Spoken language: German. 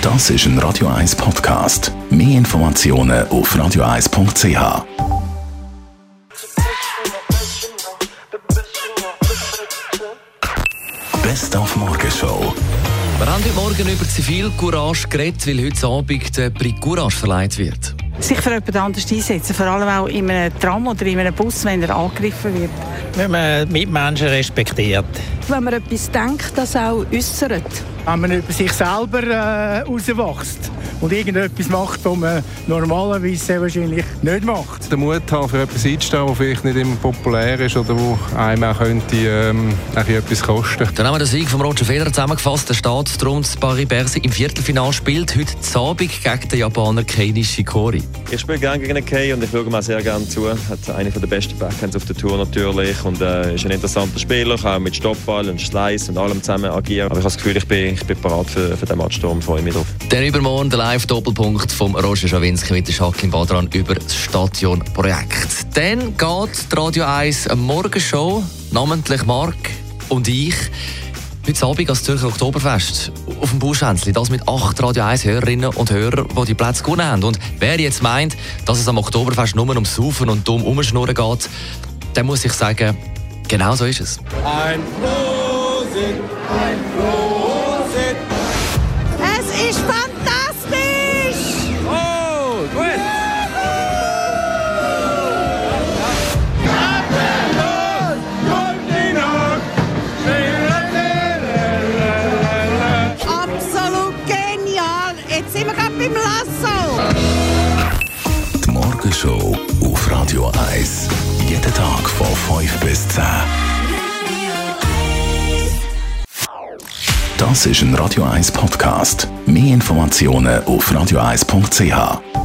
Das ist ein Radio 1 Podcast. Mehr Informationen auf radio1.ch. Best auf Morgenshow. Wir haben heute Morgen über Zivilcourage geredet, weil heute Abend der Prix Courage verleiht wird. Sich für jemand anderes einsetzen, vor allem auch in einem Tram oder in einem Bus, wenn er angegriffen wird. Wenn man Mitmenschen respektiert. Wenn man etwas denkt, das auch äußert. Wenn man über sich selber herauswächst und irgendetwas macht, was man normalerweise wahrscheinlich nicht macht. Den Mut haben, für etwas einzustehen, das vielleicht nicht immer populär ist oder wo einem auch könnte, etwas kosten. Dann haben wir den Sieg von Roger Federer zusammengefasst. Der steht darum, dass Paris-Bercy im Viertelfinale spielt. Heute Abend gegen den Japaner Kei Nishikori. Ich spiele gerne gegen Kei und ich schaue mir sehr gerne zu. Hat eine der besten Backhands auf der Tour natürlich und ist ein interessanter Spieler. Kann auch mit Stoppball und Slice und allem zusammen agieren. Aber ich habe das Gefühl, ich bin bereit für den Match. Darum freue ich mich drauf. Dann übermorgen der Live-Doppelpunkt von Roger Schawinski mit der Jacqueline Badran über das Stadionprojekt. Dann geht die Radio 1 Morgenshow, namentlich Marc und ich, heute Abend als Zürcher Oktoberfest auf dem Buschhänzli. Das mit 8 Radio 1 Hörerinnen und Hörern, die die Plätze gewonnen haben. Und wer jetzt meint, dass es am Oktoberfest nur ums Saufen und um Umschnurren geht, der muss ich sagen, genau so ist es. Ein Prosit, ein Prosit. Es ist fantastisch! Oh, gut! Atemlos, kommt die Nacht! Absolut genial! Jetzt sind wir gerade beim Lasso! Die Morgenshow auf Radio 1. Jeden Tag von 5 bis 10. Das ist ein Radio 1 Podcast. Mehr Informationen auf radio1.ch.